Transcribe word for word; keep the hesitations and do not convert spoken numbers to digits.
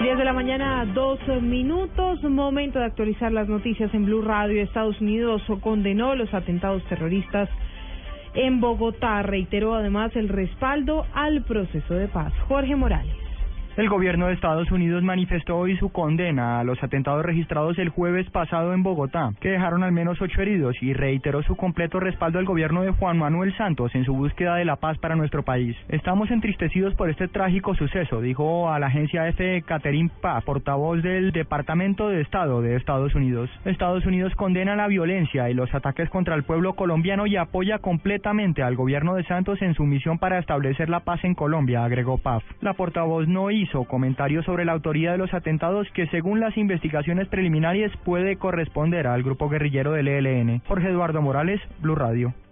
diez de la mañana, dos minutos, momento de actualizar las noticias en Blue Radio. Estados Unidos condenó los atentados terroristas en Bogotá, reiteró además el respaldo al proceso de paz. Jorge Morales. El gobierno de Estados Unidos manifestó hoy su condena a los atentados registrados el jueves pasado en Bogotá, que dejaron al menos ocho heridos, y reiteró su completo respaldo al gobierno de Juan Manuel Santos en su búsqueda de la paz para nuestro país. Estamos entristecidos por este trágico suceso, dijo a la agencia F Catherine Paz, portavoz del Departamento de Estado de Estados Unidos. Estados Unidos condena la violencia y los ataques contra el pueblo colombiano y apoya completamente al gobierno de Santos en su misión para establecer la paz en Colombia, agregó Paz. La portavoz no hizo comentarios sobre la autoría de los atentados, que según las investigaciones preliminares puede corresponder al grupo guerrillero del E L N. Jorge Eduardo Morales, Blue Radio.